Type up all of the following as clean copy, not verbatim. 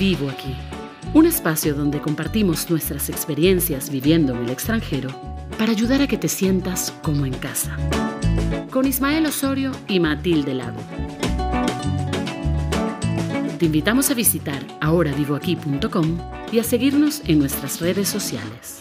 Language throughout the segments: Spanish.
Vivo Aquí, un espacio donde compartimos nuestras experiencias viviendo en el extranjero para ayudar a que te sientas como en casa. Con Ismael Osorio y Matilde Lago. Te invitamos a visitar ahoravivoaquí.com y a seguirnos en nuestras redes sociales.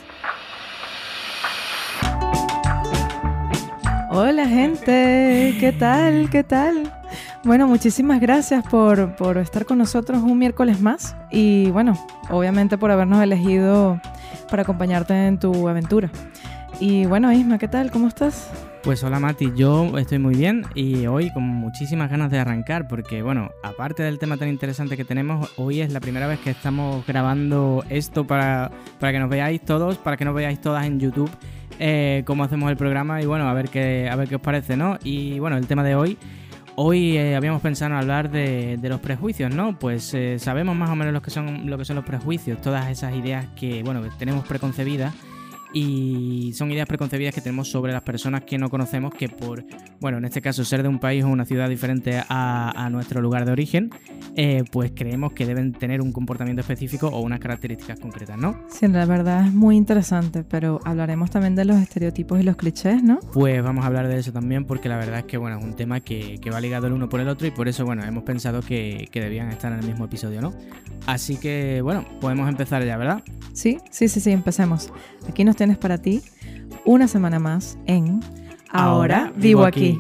Hola gente, ¿qué tal? ¿Qué tal? Bueno, muchísimas gracias por estar con nosotros un miércoles más y bueno, obviamente por habernos elegido para acompañarte en tu aventura. Y bueno, Isma, ¿qué tal? ¿Cómo estás? Pues hola Mati, yo estoy muy bien y hoy con muchísimas ganas de arrancar porque bueno, aparte del tema tan interesante que tenemos, hoy es la primera vez que estamos grabando esto para que nos veáis todos, para que nos veáis todas en YouTube cómo hacemos el programa y bueno, a ver qué os parece, ¿no? Y bueno, el tema de hoy habíamos pensado en hablar de los prejuicios, ¿no? Pues sabemos más o menos lo que son los prejuicios, todas esas ideas que, bueno, que tenemos preconcebidas. Y son ideas preconcebidas que tenemos sobre las personas que no conocemos, que por, bueno, en este caso ser de un país o una ciudad diferente a nuestro lugar de origen, pues creemos que deben tener un comportamiento específico o unas características concretas, ¿no? Sí, la verdad es muy interesante, pero hablaremos también de los estereotipos y los clichés, ¿no? Pues vamos a hablar de eso también porque la verdad es que, bueno, es un tema que va ligado el uno por el otro y por eso, bueno, hemos pensado que debían estar en el mismo episodio, ¿no? Así que, bueno, podemos empezar ya, ¿verdad? Sí, empecemos. Aquí nos tienes para ti una semana más en Ahora Vivo Aquí.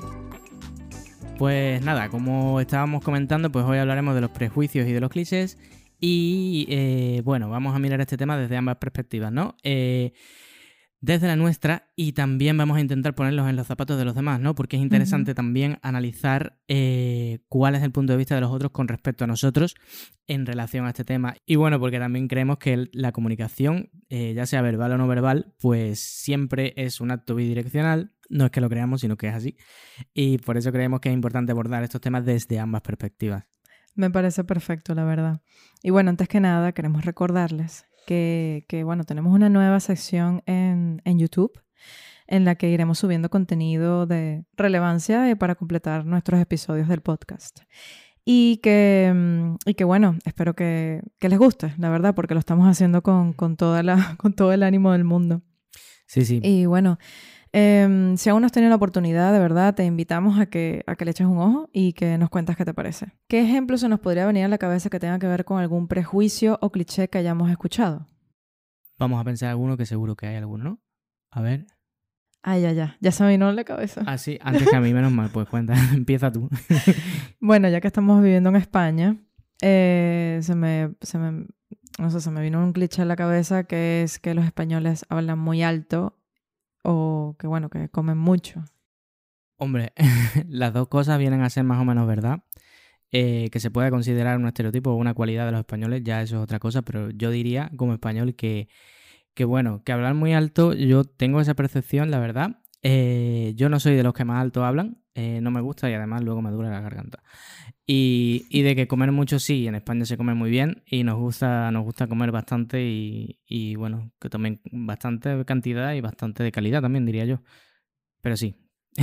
Pues nada, como estábamos comentando, pues hoy hablaremos de los prejuicios y de los clichés y bueno, vamos a mirar este tema desde ambas perspectivas, ¿no? Desde la nuestra y también vamos a intentar ponerlos en los zapatos de los demás, ¿no? Porque es interesante también analizar cuál es el punto de vista de los otros con respecto a nosotros en relación a este tema. Y bueno, porque también creemos que la comunicación, ya sea verbal o no verbal, pues siempre es un acto bidireccional. No es que lo creamos, sino que es así. Y por eso creemos que es importante abordar estos temas desde ambas perspectivas. Me parece perfecto, la verdad. Y bueno, antes que nada, queremos recordarles que bueno, tenemos una nueva sección en YouTube en la que iremos subiendo contenido de relevancia para completar nuestros episodios del podcast. Y que bueno, espero que les guste, la verdad, porque lo estamos haciendo con todo el ánimo del mundo. Sí, sí. Y bueno, si aún no has tenido la oportunidad, de verdad, te invitamos a que le eches un ojo y que nos cuentas qué te parece. ¿Qué ejemplo se nos podría venir a la cabeza que tenga que ver con algún prejuicio o cliché que hayamos escuchado? Vamos a pensar alguno, que seguro que hay alguno, ¿no? A ver. Ay, ya se me vino en la cabeza. Ah, sí, antes que a mí, menos mal, pues cuenta, empieza tú. Bueno, ya que estamos viviendo en España, se me vino un cliché a la cabeza que es que los españoles hablan muy alto o que bueno, que comen mucho. Hombre, las dos cosas vienen a ser más o menos verdad. Que se pueda considerar un estereotipo o una cualidad de los españoles, ya eso es otra cosa, pero yo diría como español que bueno, que hablar muy alto, yo tengo esa percepción, la verdad. Yo no soy de los que más alto hablan, no me gusta y además luego me duele la garganta. Y de que comer mucho sí, en España se come muy bien y nos gusta comer bastante y bueno, que también bastante cantidad y bastante de calidad también, diría yo. Pero sí.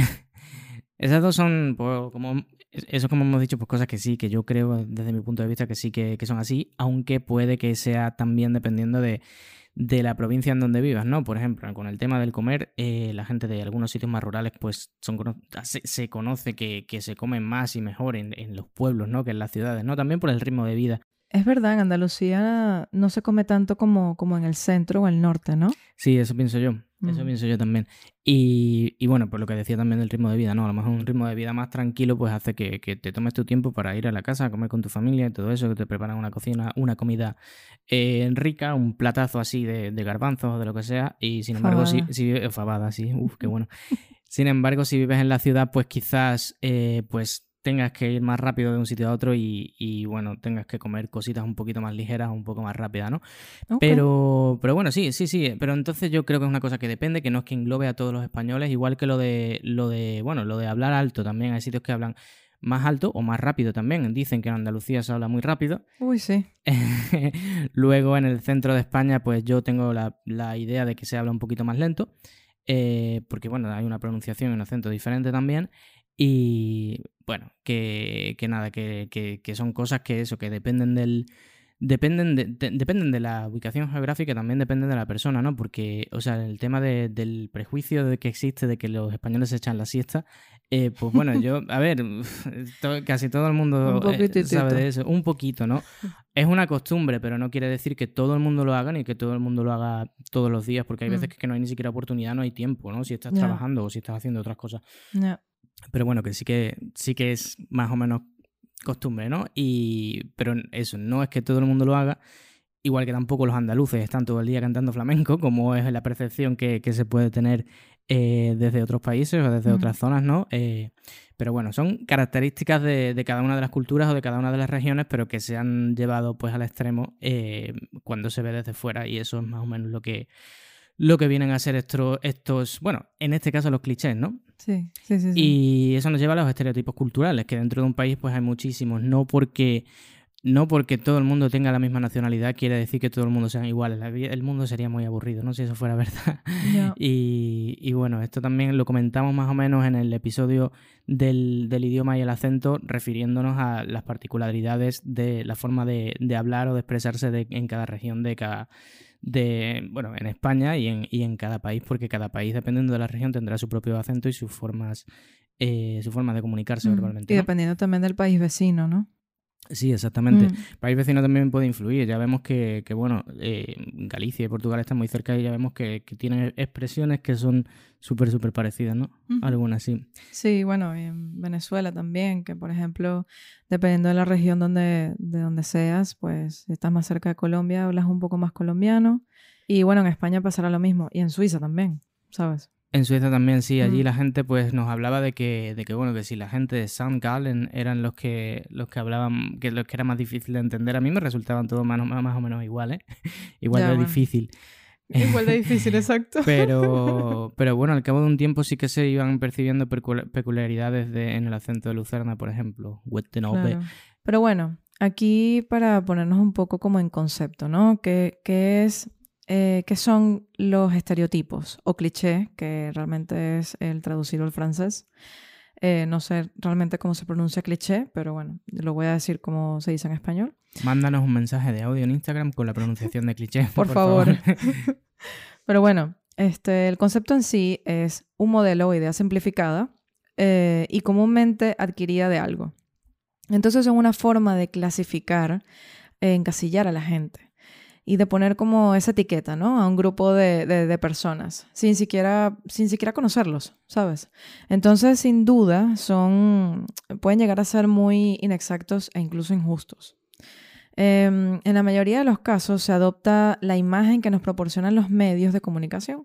Esas dos son, pues, como hemos dicho, pues cosas que sí, que yo creo desde mi punto de vista que sí que son así, aunque puede que sea también dependiendo de la provincia en donde vivas, ¿no? Por ejemplo, con el tema del comer, la gente de algunos sitios más rurales, pues se conoce que se come más y mejor en los pueblos, ¿no? Que en las ciudades, ¿no? También por el ritmo de vida. Es verdad, en Andalucía no se come tanto como en el centro o el norte, ¿no? Sí, eso pienso yo. Eso pienso yo también. Y bueno, por lo que decía también del ritmo de vida, ¿no? A lo mejor un ritmo de vida más tranquilo pues hace que te tomes tu tiempo para ir a la casa a comer con tu familia y todo eso, que te preparan una comida rica, un platazo así de garbanzos o de lo que sea. Y sin embargo, fabada, sí, qué bueno. Sin embargo, si vives en la ciudad, pues quizás pues tengas que ir más rápido de un sitio a otro y bueno, tengas que comer cositas un poquito más ligeras, un poco más rápidas, ¿no? Okay. Pero bueno, sí, pero entonces yo creo que es una cosa que depende, que no es que englobe a todos los españoles, igual que lo de hablar alto también, hay sitios que hablan más alto o más rápido también, dicen que en Andalucía se habla muy rápido. Uy, sí. Luego en el centro de España, pues yo tengo la idea de que se habla un poquito más lento, porque bueno, hay una pronunciación y un acento diferente también. Y bueno, que nada, que son cosas que dependen dependen de la ubicación geográfica, también dependen de la persona, ¿no? Porque, o sea, el tema del prejuicio de que existe de que los españoles se echan la siesta, pues bueno, a ver, casi todo el mundo sabe de eso, un poquito, ¿no? Es una costumbre, pero no quiere decir que todo el mundo lo haga ni que todo el mundo lo haga todos los días, porque hay veces que no hay ni siquiera oportunidad, no hay tiempo, ¿no? Si estás trabajando o si estás haciendo otras cosas. Pero bueno, que sí que es más o menos costumbre, ¿no? Pero eso, no es que todo el mundo lo haga, igual que tampoco los andaluces están todo el día cantando flamenco, como es la percepción que se puede tener desde otros países o desde otras zonas, ¿no? Pero bueno, son características de cada una de las culturas o de cada una de las regiones, pero que se han llevado pues al extremo cuando se ve desde fuera, y eso es más o menos lo que vienen a ser estos, bueno, en este caso los clichés, ¿no? Sí. Y eso nos lleva a los estereotipos culturales, que dentro de un país pues hay muchísimos. No porque todo el mundo tenga la misma nacionalidad quiere decir que todo el mundo sean iguales. El mundo sería muy aburrido, ¿no? Si eso fuera verdad. Yeah. Y bueno, esto también lo comentamos más o menos en el episodio del idioma y el acento, refiriéndonos a las particularidades de la forma de hablar o de expresarse en cada región bueno, en España y en cada país, porque cada país, dependiendo de la región, tendrá su propio acento y su forma de comunicarse verbalmente, y ¿no? dependiendo también del país vecino, ¿no? Sí, exactamente. El país vecino también puede influir. Ya vemos que bueno, Galicia y Portugal están muy cerca y ya vemos que tienen expresiones que son súper, súper parecidas, ¿no? Algunas sí. Sí, bueno, y en Venezuela también, que por ejemplo, dependiendo de la región de donde seas, pues si estás más cerca de Colombia, hablas un poco más colombiano. Y bueno, en España pasará lo mismo. Y en Suiza también, ¿sabes? En Suiza también, sí. Allí la gente pues nos hablaba de que bueno, que si la gente de St. Gallen eran los que hablaban, que los que era más difícil de entender. A mí me resultaban todos más o menos iguales. Igual de difícil. Igual de difícil, exacto. Pero bueno, al cabo de un tiempo sí que se iban percibiendo peculiaridades en el acento de Lucerna, por ejemplo. Claro. Pero bueno, aquí para ponernos un poco como en concepto, ¿no? ¿Qué son los estereotipos o clichés, que realmente es el traducido al francés? No sé realmente cómo se pronuncia cliché, pero bueno, lo voy a decir como se dice en español. Mándanos un mensaje de audio en Instagram con la pronunciación de cliché. Por favor. Pero bueno, el concepto en sí es un modelo o idea simplificada y comúnmente adquirida de algo. Entonces es una forma de clasificar, encasillar a la gente y de poner como esa etiqueta, ¿no? A un grupo de personas, sin siquiera conocerlos, ¿sabes? Entonces, sin duda, pueden llegar a ser muy inexactos e incluso injustos. En la mayoría de los casos se adopta la imagen que nos proporcionan los medios de comunicación.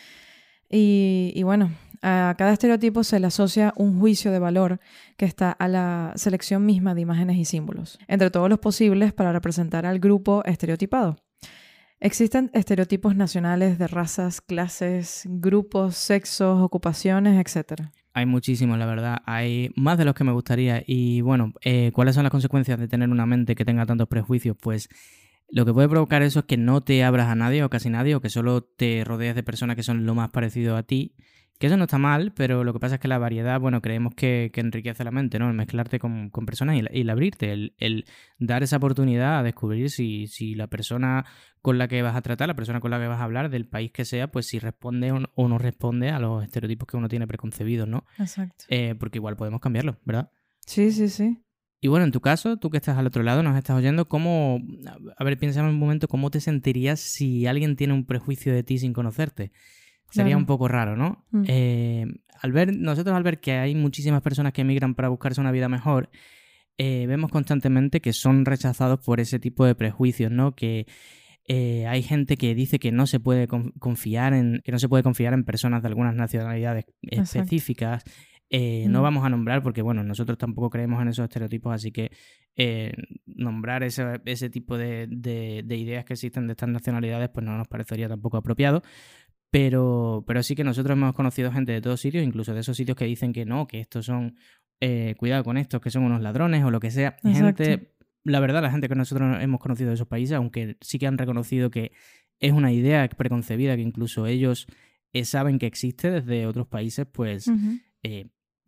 Y bueno, a cada estereotipo se le asocia un juicio de valor que está a la selección misma de imágenes y símbolos, entre todos los posibles para representar al grupo estereotipado. Existen estereotipos nacionales de razas, clases, grupos, sexos, ocupaciones, etc. Hay muchísimos, la verdad. Hay más de los que me gustaría. Y bueno, ¿cuáles son las consecuencias de tener una mente que tenga tantos prejuicios? Pues lo que puede provocar eso es que no te abras a nadie o casi nadie, o que solo te rodees de personas que son lo más parecido a ti. Que eso no está mal, pero lo que pasa es que la variedad, bueno, creemos que enriquece la mente, ¿no? El mezclarte con personas y el abrirte, el dar esa oportunidad a descubrir si la persona con la que vas a tratar, la persona con la que vas a hablar, del país que sea, pues si responde o no responde a los estereotipos que uno tiene preconcebidos, ¿no? Exacto. Porque igual podemos cambiarlo, ¿verdad? Sí, sí, sí. Y bueno, en tu caso, tú que estás al otro lado, nos estás oyendo, a ver, piensa un momento, ¿cómo te sentirías si alguien tiene un prejuicio de ti sin conocerte? Sería un poco raro, ¿no? Nosotros al ver que hay muchísimas personas que emigran para buscarse una vida mejor, vemos constantemente que son rechazados por ese tipo de prejuicios, ¿no? Que hay gente que dice que no se puede confiar en personas de algunas nacionalidades específicas. No vamos a nombrar porque, bueno, nosotros tampoco creemos en esos estereotipos, así que nombrar ese tipo de ideas que existen de estas nacionalidades pues no nos parecería tampoco apropiado. Pero sí que nosotros hemos conocido gente de todos sitios, incluso de esos sitios que dicen que no, que estos son, cuidado con estos, que son unos ladrones o lo que sea. Exacto. La verdad, la gente que nosotros hemos conocido de esos países, aunque sí que han reconocido que es una idea preconcebida que incluso ellos saben que existe desde otros países, pues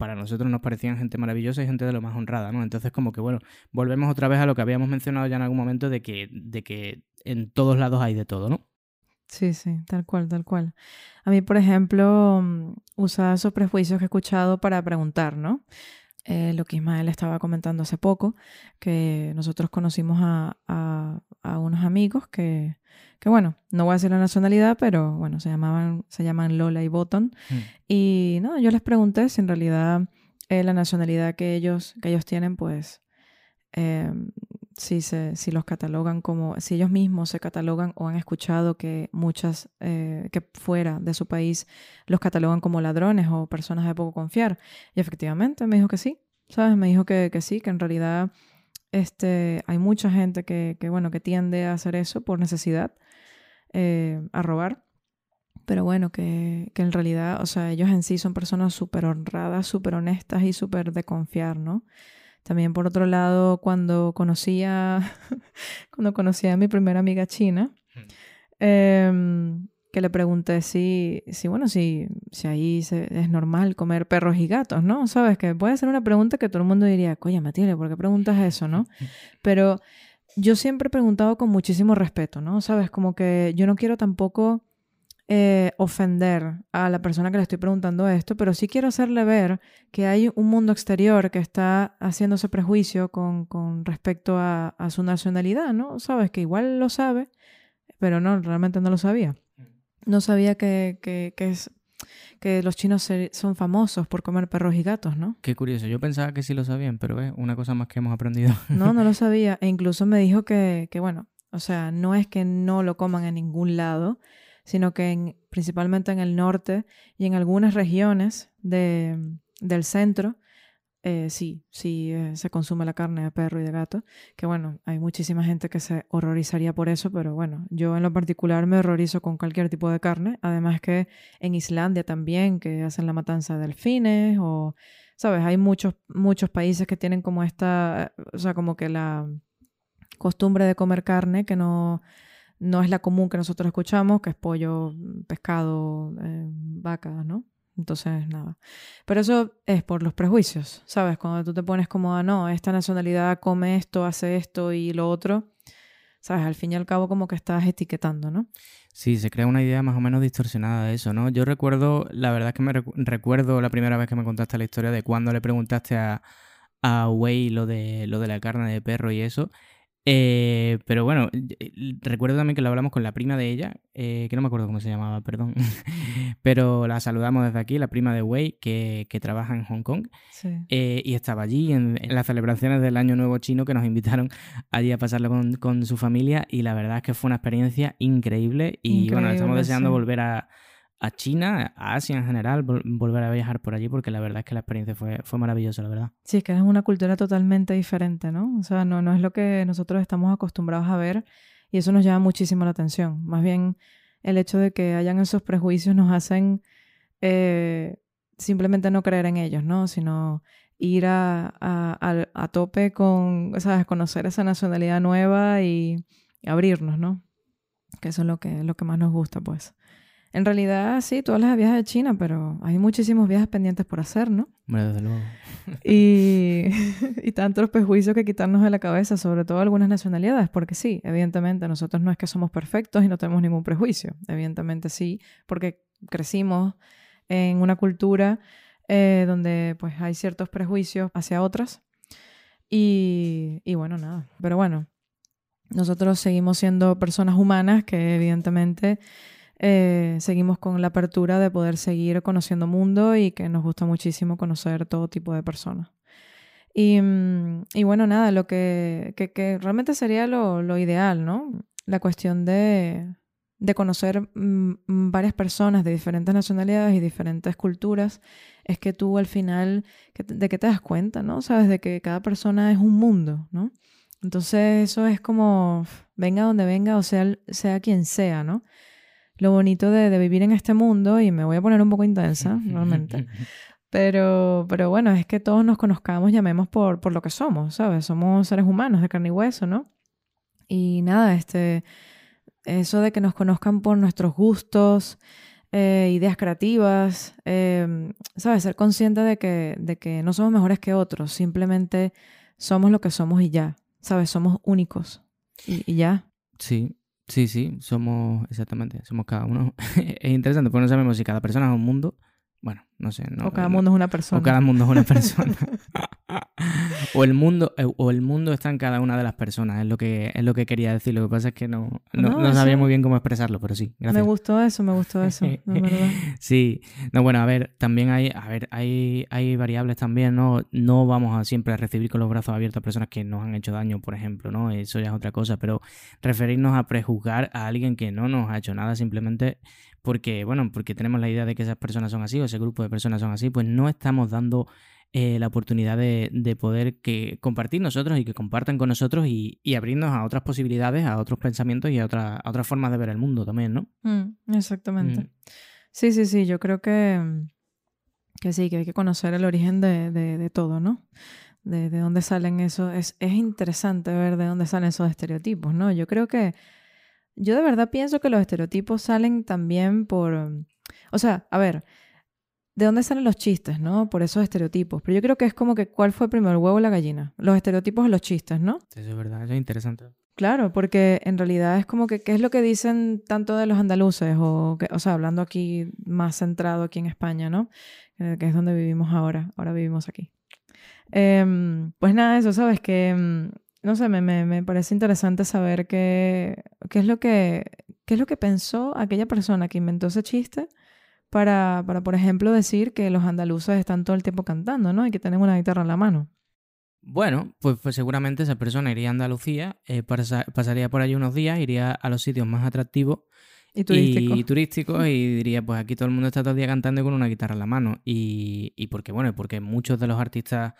para nosotros nos parecían gente maravillosa y gente de lo más honrada, ¿no? Entonces como que, bueno, volvemos otra vez a lo que habíamos mencionado ya en algún momento de que en todos lados hay de todo, ¿no? Sí, sí, tal cual, tal cual. A mí, por ejemplo, usa esos prejuicios que he escuchado para preguntar, ¿no? Lo que Ismael estaba comentando hace poco, que nosotros conocimos a unos amigos que, bueno, no voy a decir la nacionalidad, pero bueno, se llaman Lola y Botton. Y no, yo les pregunté si en realidad la nacionalidad que ellos tienen, pues, si los catalogan como, si ellos mismos se catalogan o han escuchado que muchas, que fuera de su país los catalogan como ladrones o personas de poco confiar. Y efectivamente me dijo que sí, ¿sabes? Me dijo que sí, que en realidad hay mucha gente que tiende a hacer eso por necesidad, a robar. Pero bueno, que en realidad, o sea, ellos en sí son personas súper honradas, súper honestas y súper de confiar, ¿no? También por otro lado, cuando conocí a mi primera amiga china, que le pregunté si ahí es normal comer perros y gatos, ¿no? Sabes que puede ser una pregunta que todo el mundo diría, oye, Matilde, ¿por qué preguntas eso, no? Pero yo siempre he preguntado con muchísimo respeto, ¿no? Sabes, como que yo no quiero tampoco ofender a la persona que le estoy preguntando esto, pero sí quiero hacerle ver que hay un mundo exterior que está haciéndose prejuicio con respecto a su nacionalidad, ¿no? Sabes que igual lo sabe, pero no, realmente no lo sabía. No sabía que los chinos son famosos por comer perros y gatos, ¿no? Qué curioso. Yo pensaba que sí lo sabían, pero una cosa más que hemos aprendido. No lo sabía. E incluso me dijo que bueno, o sea, no es que no lo coman en ningún lado, sino que principalmente en el norte y en algunas regiones del centro, sí se consume la carne de perro y de gato, que bueno, hay muchísima gente que se horrorizaría por eso, pero bueno, yo en lo particular me horrorizo con cualquier tipo de carne, además que en Islandia también, que hacen la matanza de delfines, o, ¿sabes? Hay muchos países que tienen como esta, o sea, como que la costumbre de comer carne que no es la común que nosotros escuchamos, que es pollo, pescado, vaca, ¿no? Entonces, nada. Pero eso es por los prejuicios, ¿sabes? Cuando tú te pones como, no, esta nacionalidad come esto, hace esto y lo otro, ¿sabes? Al fin y al cabo como que estás etiquetando, ¿no? Sí, se crea una idea más o menos distorsionada de eso, ¿no? Yo recuerdo, la verdad es que me recuerdo la primera vez que me contaste la historia de cuando le preguntaste a Wei lo de la carne de perro y eso. Pero bueno, recuerdo también que lo hablamos con la prima de ella, que no me acuerdo cómo se llamaba, perdón, pero la saludamos desde aquí, la prima de Wei, que trabaja en Hong Kong, sí. Y estaba allí en las celebraciones del Año Nuevo Chino, que nos invitaron allí a pasarlo con su familia, y la verdad es que fue una experiencia increíble y bueno, estamos deseando volver a China, a Asia en general, volver a viajar por allí, porque la verdad es que la experiencia fue maravillosa, la verdad. Sí, es que es una cultura totalmente diferente, ¿no? O sea, no es lo que nosotros estamos acostumbrados a ver y eso nos llama muchísimo la atención. Más bien, el hecho de que hayan esos prejuicios nos hacen simplemente no creer en ellos, ¿no? Sino ir a tope con, ¿sabes? Conocer esa nacionalidad nueva y abrirnos, ¿no? Que eso es lo que más nos gusta, pues. En realidad, sí, tú hablas de viajes de China, pero hay muchísimos viajes pendientes por hacer, ¿no? Bueno, desde luego. Y tantos prejuicios que quitarnos de la cabeza, sobre todo algunas nacionalidades, porque sí, evidentemente nosotros no es que somos perfectos y no tenemos ningún prejuicio. Evidentemente sí, porque crecimos en una cultura donde pues hay ciertos prejuicios hacia otras. Y bueno, nada. Pero bueno, nosotros seguimos siendo personas humanas que evidentemente... seguimos con la apertura de poder seguir conociendo mundo y que nos gusta muchísimo conocer todo tipo de personas. Y bueno, nada, lo que realmente sería lo ideal, ¿no? La cuestión de conocer varias personas de diferentes nacionalidades y diferentes culturas es que tú al final, de que te das cuenta, ¿no? Sabes, de que cada persona es un mundo, ¿no? Entonces eso es como, venga donde venga, o sea quien sea, ¿no? Lo bonito de vivir en este mundo, y me voy a poner un poco intensa, realmente, pero bueno, es que todos nos conozcamos, llamemos por lo que somos, ¿sabes? Somos seres humanos de carne y hueso, ¿no? Y nada, eso de que nos conozcan por nuestros gustos, ideas creativas, ¿sabes? Ser consciente de que no somos mejores que otros, simplemente somos lo que somos y ya, ¿sabes? Somos únicos y ya. Sí, sí, somos, exactamente, somos cada uno. Es interesante, porque no sabemos si cada persona es un mundo. Bueno, no sé. O cada mundo es una persona. O cada mundo es una persona. o el mundo está en cada una de las personas, es lo que quería decir. Lo que pasa es que no sabía muy bien cómo expresarlo, pero sí, gracias. Me gustó eso, de verdad. Sí, no, bueno, a ver, también hay variables también, ¿no? No vamos a siempre a recibir con los brazos abiertos a personas que nos han hecho daño, por ejemplo, ¿no? Eso ya es otra cosa, pero referirnos a prejuzgar a alguien que no nos ha hecho nada simplemente porque tenemos la idea de que esas personas son así o ese grupo de personas son así, pues no estamos dando la oportunidad de poder compartir nosotros y que compartan con nosotros y abrirnos a otras posibilidades, a otros pensamientos y a otras formas de ver el mundo también, ¿no? Exactamente. Sí, yo creo que sí, que hay que conocer el origen de todo, ¿no? De dónde salen esos... Es interesante ver de dónde salen esos estereotipos, ¿no? Yo de verdad pienso que los estereotipos salen también por... O sea, a ver, ¿de dónde salen los chistes, no? Por esos estereotipos. Pero yo creo que es como que ¿cuál fue primero, el huevo o la gallina? Los estereotipos o los chistes, ¿no? Eso es verdad, eso es interesante. Claro, porque en realidad es como que ¿qué es lo que dicen tanto de los andaluces? O sea, hablando aquí más centrado aquí en España, ¿no? Que es donde vivimos ahora. Ahora vivimos aquí. Pues nada, eso, ¿sabes? Que... no sé, me parece interesante saber qué es lo que pensó aquella persona que inventó ese chiste para, por ejemplo, decir que los andaluces están todo el tiempo cantando, ¿no? Y que tienen una guitarra en la mano. Bueno, pues seguramente esa persona iría a Andalucía, pasaría por allí unos días, iría a los sitios más atractivos y turísticos y diría, pues aquí todo el mundo está todo el día cantando con una guitarra en la mano. Y porque muchos de los artistas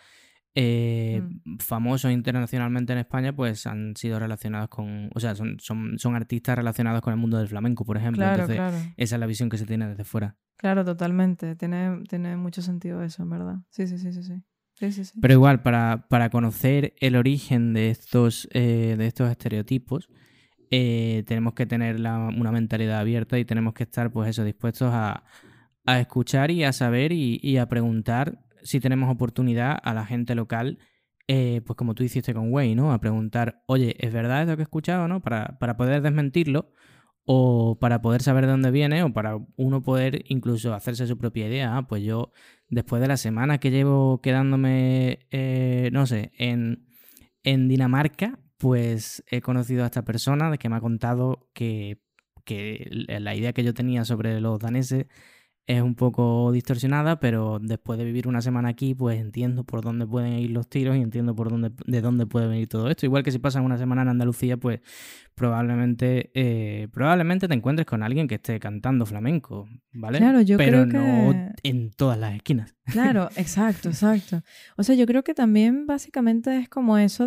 famosos internacionalmente en España pues han sido relacionados con, o sea, son artistas relacionados con el mundo del flamenco, por ejemplo. Claro, entonces claro. Esa es la visión que se tiene desde fuera. Claro, totalmente, tiene mucho sentido eso, en verdad. Sí. Pero igual, para conocer el origen de estos estereotipos, tenemos que tener una mentalidad abierta y tenemos que estar pues eso, dispuestos a escuchar y a saber y a preguntar si tenemos oportunidad a la gente local, pues como tú hiciste con Wei, ¿no? A preguntar, oye, ¿es verdad esto que he escuchado, no? Para poder desmentirlo o para poder saber de dónde viene o para uno poder incluso hacerse su propia idea. Ah, pues yo, después de la semana que llevo quedándome, no sé, en Dinamarca, pues he conocido a esta persona que me ha contado que la idea que yo tenía sobre los daneses es un poco distorsionada, pero después de vivir una semana aquí, pues entiendo por dónde pueden ir los tiros y entiendo de dónde puede venir todo esto. Igual que si pasas una semana en Andalucía, pues probablemente te encuentres con alguien que esté cantando flamenco, ¿vale? Claro, yo pero creo que... no en todas las esquinas. Claro, exacto. O sea, yo creo que también básicamente es como eso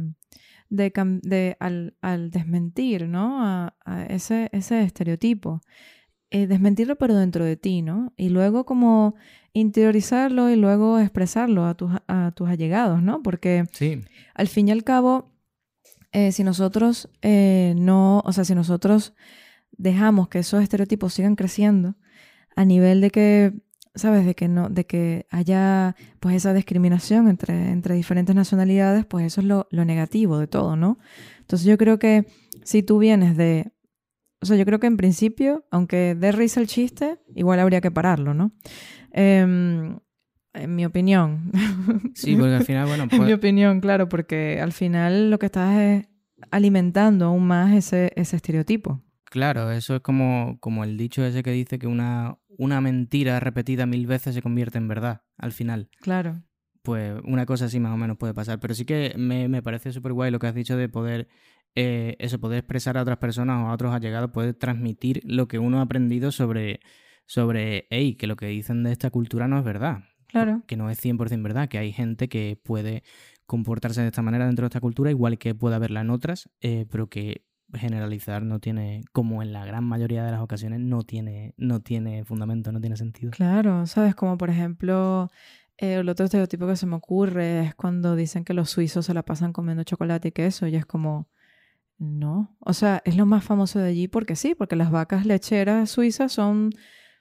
al desmentir, ¿no? A ese estereotipo. Desmentirlo pero dentro de ti, ¿no? Y luego como interiorizarlo y luego expresarlo a tus allegados, ¿no? Porque sí, al fin y al cabo, si nosotros si nosotros dejamos que esos estereotipos sigan creciendo a nivel de que, ¿sabes? De que haya pues esa discriminación entre diferentes nacionalidades, pues eso es lo negativo de todo, ¿no? Entonces yo creo que si tú vienes o sea, yo creo que en principio, aunque dé risa el chiste, igual habría que pararlo, ¿no? En mi opinión. Sí, porque al final, bueno... En mi opinión, claro, porque al final lo que estás es alimentando aún más ese estereotipo. Claro, eso es como el dicho ese que dice que una mentira repetida 1000 veces se convierte en verdad, al final. Claro. Pues una cosa así más o menos puede pasar. Pero sí que me parece súper guay lo que has dicho de poder... poder expresar a otras personas o a otros allegados, poder transmitir lo que uno ha aprendido sobre que lo que dicen de esta cultura no es verdad. Claro. Que no es 100% verdad, que hay gente que puede comportarse de esta manera dentro de esta cultura, igual que puede haberla en otras, pero que generalizar no tiene, como en la gran mayoría de las ocasiones, no tiene fundamento, no tiene sentido. Claro, ¿sabes? Como por ejemplo... el otro estereotipo que se me ocurre es cuando dicen que los suizos se la pasan comiendo chocolate y queso y es como... No, o sea, es lo más famoso de allí porque sí, porque las vacas lecheras suizas son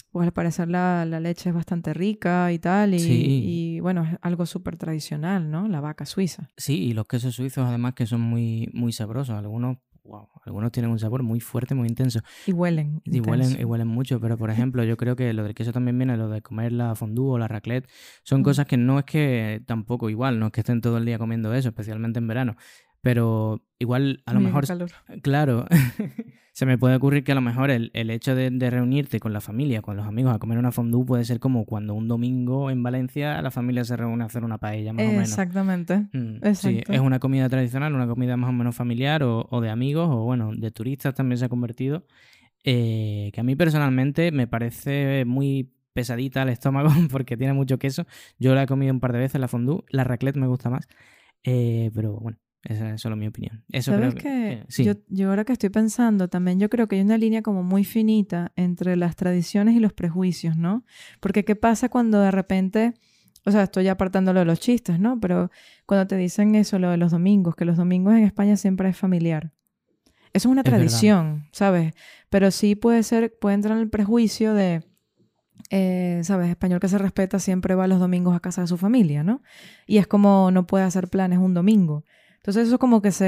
pues al parecer la leche es bastante rica y tal, Sí, y bueno, es algo súper tradicional, ¿no? La vaca suiza. sí, y los quesos suizos además que son muy, muy sabrosos. Algunos, wow, algunos tienen un sabor muy fuerte, muy intenso. Y huelen Y huelen, y intenso. huelen mucho, pero por ejemplo, yo creo que lo del queso también viene, lo de comer la fondue o la raclette, son Mm. cosas que no es que tampoco igual, no es que estén todo el día comiendo eso, especialmente en verano, pero igual a lo Oye, qué mejor, calor. claro, se me puede ocurrir que a lo mejor el hecho de reunirte con la familia, con los amigos a comer una fondue puede ser como cuando un domingo en Valencia la familia se reúne a hacer una paella, más o menos. Exactamente, Sí, es exacto. una comida tradicional, una comida más o menos familiar o de amigos o bueno, de turistas también se ha convertido. Que a mí personalmente me parece muy pesadita al estómago porque tiene mucho queso. Yo la he comido un par de veces, la fondue. La raclette me gusta más. Pero bueno, esa es solo mi opinión. Eso creo ¿Sabes que qué? sí, Yo ahora que estoy pensando, también yo creo que hay una línea como muy finita entre las tradiciones y los prejuicios, ¿no? Porque ¿qué pasa cuando de repente, o sea, estoy apartándolo de los chistes, ¿no? Pero cuando te dicen eso, lo de los domingos, que los domingos en España siempre es familiar. Eso es una es verdad. tradición, ¿sabes? Pero sí puede entrar en el prejuicio de, ¿sabes? Español que se respeta siempre va los domingos a casa de su familia, ¿no? Y es como no puede hacer planes un domingo. Entonces eso como que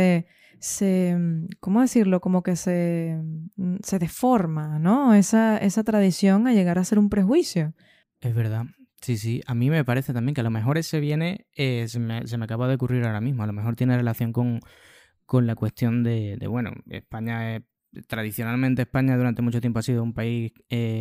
¿cómo decirlo? Como que se deforma, ¿no? Esa tradición a llegar a ser un prejuicio. Es verdad. Sí, sí. A mí me parece también que a lo mejor ese viene, se me acaba de ocurrir ahora mismo, a lo mejor tiene relación con la cuestión bueno, España es, tradicionalmente España durante mucho tiempo ha sido un país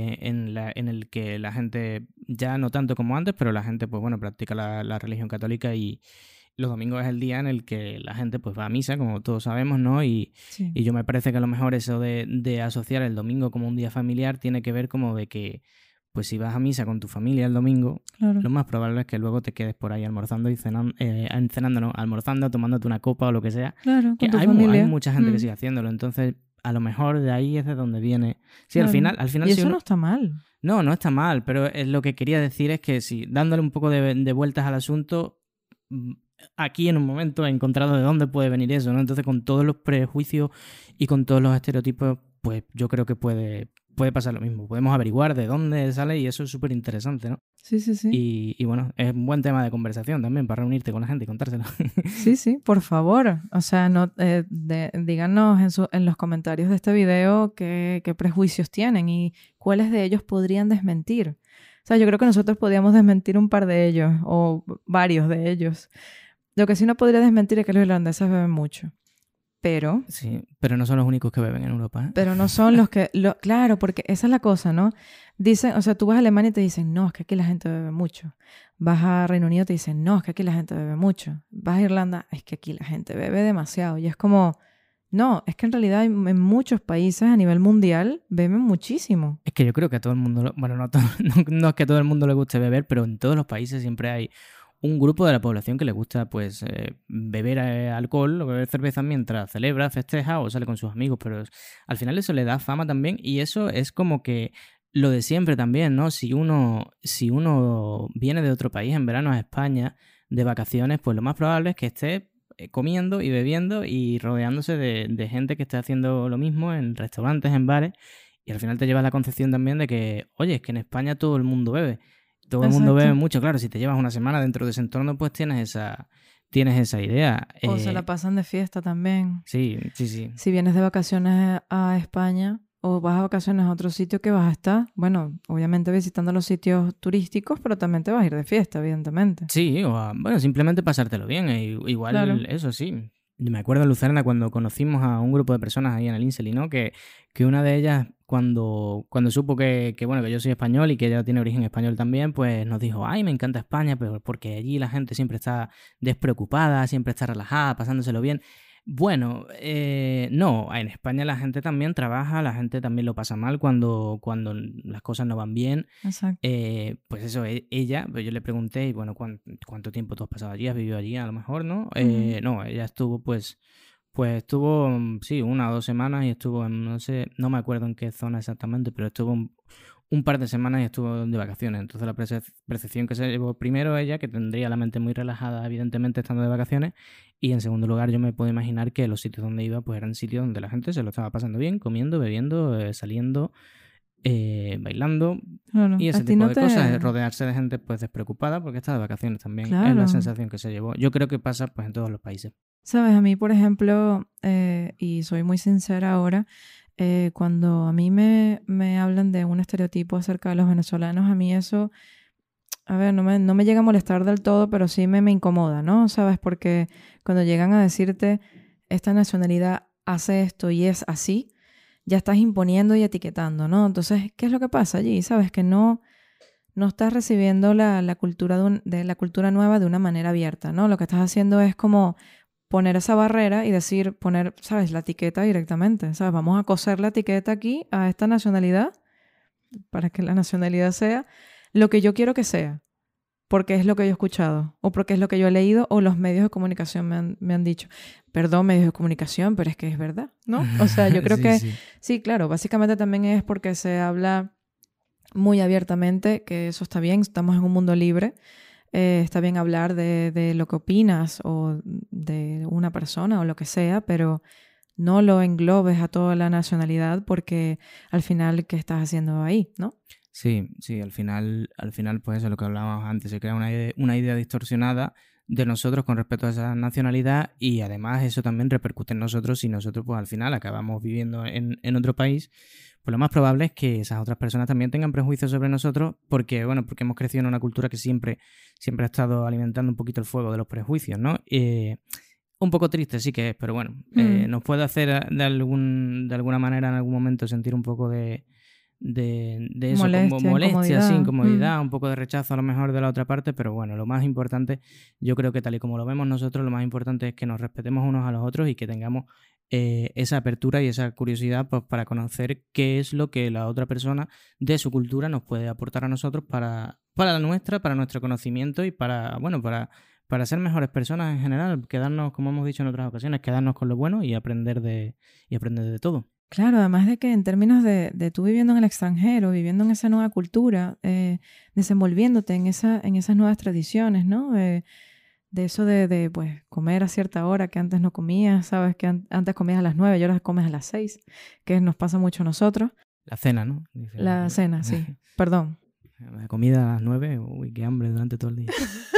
en el que la gente, ya no tanto como antes, pero la gente, pues bueno, practica la religión católica y los domingos es el día en el que la gente pues va a misa, como todos sabemos, ¿no? Sí, Y yo me parece que a lo mejor eso de asociar el domingo como un día familiar tiene que ver como de que, pues si vas a misa con tu familia el domingo, claro, lo más probable es que luego te quedes por ahí almorzando y cenando, no, almorzando, tomándote una copa o lo que sea, claro, que con tu hay familia. mucha gente que Mm, sigue haciéndolo, entonces a lo mejor de ahí es de donde viene. Sí, claro. al final Y si eso no uno... está mal. No, no está mal, pero lo que quería decir es que si dándole un poco de vueltas al asunto, mm, aquí en un momento he encontrado de dónde puede venir eso, ¿no? Entonces con todos los prejuicios y con todos los estereotipos, pues yo creo que puede pasar lo mismo. Podemos averiguar de dónde sale y eso es súper interesante, ¿no? Sí, sí, sí. Y bueno, es un buen tema de conversación también para reunirte con la gente y contárselo. Sí, sí, por favor. O sea, no, díganos en los comentarios de este video qué prejuicios tienen y cuáles de ellos podrían desmentir. O sea, yo creo que nosotros podríamos desmentir un par de ellos o varios de ellos. Lo que sí no podría desmentir es que los irlandeses beben mucho. Pero Sí, pero no son los únicos que beben en Europa, ¿eh? pero no son los que... claro, porque esa es la cosa, ¿no? Dicen, o sea, tú vas a Alemania y te dicen, no, es que aquí la gente bebe mucho. Vas a Reino Unido y te dicen, no, es que aquí la gente bebe mucho. Vas a Irlanda, es que aquí la gente bebe demasiado. Y es como, no, es que en realidad en muchos países a nivel mundial beben muchísimo. Es que yo creo que a todo el mundo, bueno, no es que a todo el mundo le guste beber, pero en todos los países siempre hay un grupo de la población que le gusta pues beber alcohol o beber cerveza mientras celebra, festeja o sale con sus amigos, pero al final eso le da fama también y eso es como que lo de siempre también, ¿no? Si uno viene de otro país en verano a España de vacaciones, pues lo más probable es que esté comiendo y bebiendo y rodeándose de gente que esté haciendo lo mismo en restaurantes, en bares. Y al final te llevas la concepción también de que, oye, es que en España todo el mundo bebe. Todo el mundo bebe Exacto. mucho, claro. Si te llevas una semana dentro de ese entorno, pues tienes esa idea. O se la pasan de fiesta también. Sí, sí, sí. Si vienes de vacaciones a España o vas a vacaciones a otro sitio que vas a estar, bueno, obviamente visitando los sitios turísticos, pero también te vas a ir de fiesta, evidentemente. Sí, bueno, simplemente pasártelo bien. Claro. Igual, eso sí. Me acuerdo en Lucerna cuando conocimos a un grupo de personas ahí en el Insel, ¿no? Que una de ellas, cuando supo bueno, que yo soy español y que ella tiene origen español también, pues nos dijo, ay, me encanta España, pero porque allí la gente siempre está despreocupada, siempre está relajada, pasándoselo bien. Bueno, no, en España la gente también trabaja, la gente también lo pasa mal cuando las cosas no van bien. Exacto. Pues eso, ella, pues yo le pregunté, y bueno, ¿cuánto tiempo tú has pasado allí? ¿Has vivido allí a lo mejor, no? Ujú. No, ella estuvo, pues estuvo, sí, 1 o 2 semanas y estuvo en, no sé, no me acuerdo en qué zona exactamente, pero estuvo un par de semanas y estuvo de vacaciones. Entonces la percepción que se llevó primero ella, que tendría la mente muy relajada, evidentemente, estando de vacaciones, y en segundo lugar yo me puedo imaginar que los sitios donde iba, pues eran sitios donde la gente se lo estaba pasando bien, comiendo, bebiendo, saliendo. bailando Claro. y ese A ti tipo no de te... cosas, rodearse de gente pues despreocupada porque está de vacaciones también, es la Claro. sensación que se llevó. Yo creo que pasa pues en todos los países. Sabes, a mí, por ejemplo, y soy muy sincera ahora, cuando a mí me hablan de un estereotipo acerca de los venezolanos, a mí eso, a ver, no me llega a molestar del todo, pero sí me incomoda, ¿no? ¿Sabes? Porque cuando llegan a decirte, esta nacionalidad hace esto y es así, ya estás imponiendo y etiquetando, ¿no? Entonces, ¿qué es lo que pasa allí? ¿Sabes? Que no estás recibiendo la cultura de la cultura nueva de una manera abierta, ¿no? Lo que estás haciendo es como poner esa barrera y decir, poner, ¿sabes? La etiqueta directamente, ¿sabes? Vamos a coser la etiqueta aquí a esta nacionalidad para que la nacionalidad sea lo que yo quiero que sea, porque es lo que yo he escuchado, o porque es lo que yo he leído, o los medios de comunicación me han dicho. Perdón, medios de comunicación, pero es que es verdad, ¿no? O sea, yo creo Sí, que sí. sí, claro, básicamente también es porque se habla muy abiertamente, que eso está bien, estamos en un mundo libre, está bien hablar de lo que opinas o de una persona o lo que sea, pero no lo englobes a toda la nacionalidad porque al final, ¿qué estás haciendo ahí, no? Sí, al final pues eso es lo que hablábamos antes, se crea una idea distorsionada de nosotros con respecto a esa nacionalidad y además eso también repercute en nosotros si nosotros pues al final acabamos viviendo en otro país, pues lo más probable es que esas otras personas también tengan prejuicios sobre nosotros porque, bueno, porque hemos crecido en una cultura que siempre ha estado alimentando un poquito el fuego de los prejuicios, ¿no? Un poco triste sí que es, pero bueno, nos puede hacer de alguna manera en algún momento sentir un poco de eso, como molestia, sí, incomodidad, un poco de rechazo a lo mejor de la otra parte, pero bueno, lo más importante, yo creo que tal y como lo vemos nosotros, lo más importante es que nos respetemos unos a los otros y que tengamos esa apertura y esa curiosidad pues, para conocer qué es lo que la otra persona de su cultura nos puede aportar a nosotros para la nuestra, para nuestro conocimiento y para ser mejores personas en general, quedarnos, como hemos dicho en otras ocasiones, quedarnos con lo bueno y aprender de todo. Claro, además de que en términos de tú viviendo en el extranjero, viviendo en esa nueva cultura, desenvolviéndote en esas nuevas tradiciones, ¿no? De eso de pues, comer a cierta hora que antes no comías, ¿sabes? Que antes comías a las 9 y ahora comes a las 6, que nos pasa mucho a nosotros. La cena, ¿no? La cena, sí. Perdón. La comida a las 9, uy, qué hambre durante todo el día.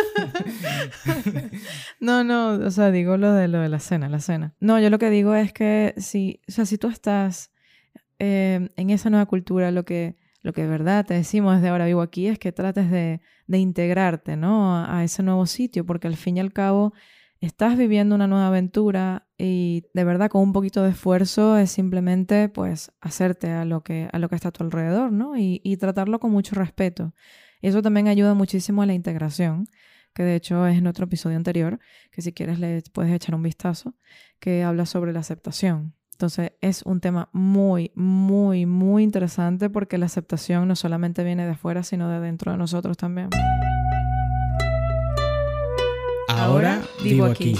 No, o sea, digo lo de la cena. No, yo lo que digo es que si tú estás en esa nueva cultura, lo que de verdad te decimos desde ahora vivo aquí es que trates de integrarte, ¿no? A ese nuevo sitio, porque al fin y al cabo estás viviendo una nueva aventura y de verdad con un poquito de esfuerzo es simplemente pues hacerte a lo que está a tu alrededor, ¿no? Y tratarlo con mucho respeto. Y eso también ayuda muchísimo a la integración, que de hecho es en otro episodio anterior, que si quieres le puedes echar un vistazo, que habla sobre la aceptación. Entonces es un tema muy, muy, muy interesante porque la aceptación no solamente viene de afuera, sino de dentro de nosotros también. Ahora vivo aquí.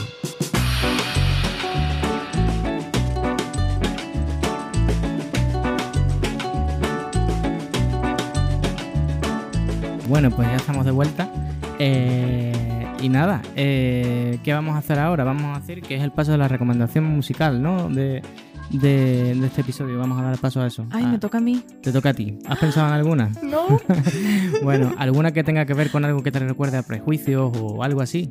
Bueno, pues ya estamos de vuelta. Y nada, ¿qué vamos a hacer ahora? Vamos a hacer que es el paso de la recomendación musical, ¿no? De este episodio. Vamos a dar paso a eso. Ay, me toca a mí. Te toca a ti. ¿Has pensado en alguna? No. Bueno, ¿alguna que tenga que ver con algo que te recuerde a prejuicios o algo así?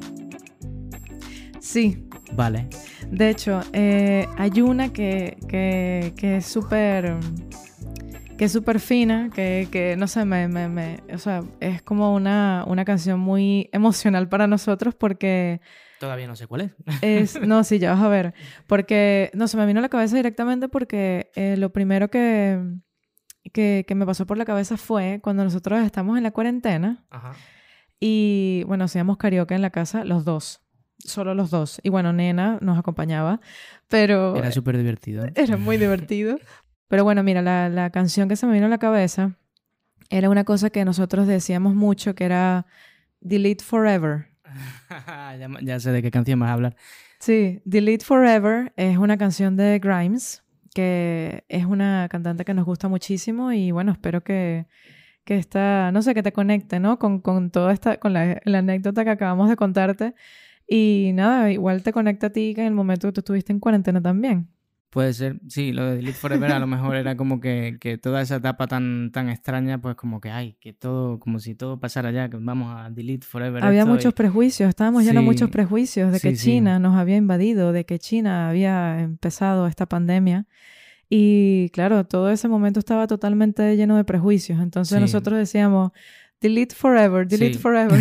Sí. Vale. De hecho, hay una que es súper... que es súper fina, que no sé, o sea, es como una canción muy emocional para nosotros porque... Todavía no sé cuál es. No, sí, ya vas a ver. Porque, no, se me vino a la cabeza directamente porque lo primero que me pasó por la cabeza fue cuando nosotros estamos en la cuarentena. Ajá. Y, bueno, hacíamos karaoke en la casa, los dos. Solo los dos. Y, bueno, Nena nos acompañaba, pero... Era súper divertido. Era muy divertido. Pero bueno, mira, la canción que se me vino a la cabeza era una cosa que nosotros decíamos mucho, que era Delete Forever. Ya sé de qué canción vas a hablar. Sí, Delete Forever es una canción de Grimes, que es una cantante que nos gusta muchísimo y bueno, espero que esta, no sé, que te conecte, ¿no? Con toda esta, con la anécdota que acabamos de contarte. Y nada, igual te conecta a ti que en el momento que tú estuviste en cuarentena también. Puede ser, sí, lo de Delete Forever a lo mejor era como que toda esa etapa tan extraña, pues como que ay, que todo, como si todo pasara ya, que vamos a Delete Forever. Había muchos prejuicios, estábamos llenos de muchos prejuicios de que China nos había invadido, de que China había empezado esta pandemia. Y claro, todo ese momento estaba totalmente lleno de prejuicios. Entonces nosotros decíamos, Delete Forever, Delete Forever.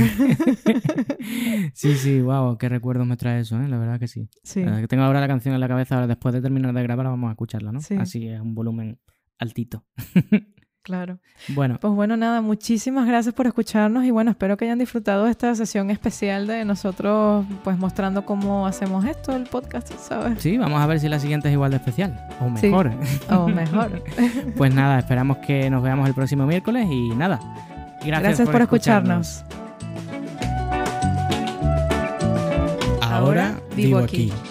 Sí, wow, qué recuerdos me trae eso, la verdad que sí. La verdad que tengo ahora la canción en la cabeza, ahora después de terminar de grabar vamos a escucharla, ¿no? Sí. Así es, un volumen altito. Claro. Bueno. Pues bueno, nada, muchísimas gracias por escucharnos y bueno, espero que hayan disfrutado de esta sesión especial de nosotros pues mostrando cómo hacemos esto, el podcast, ¿sabes? Sí, vamos a ver si la siguiente es igual de especial o mejor. Sí, o mejor. Pues nada, esperamos que nos veamos el próximo miércoles y nada. Gracias por escucharnos. Ahora vivo aquí.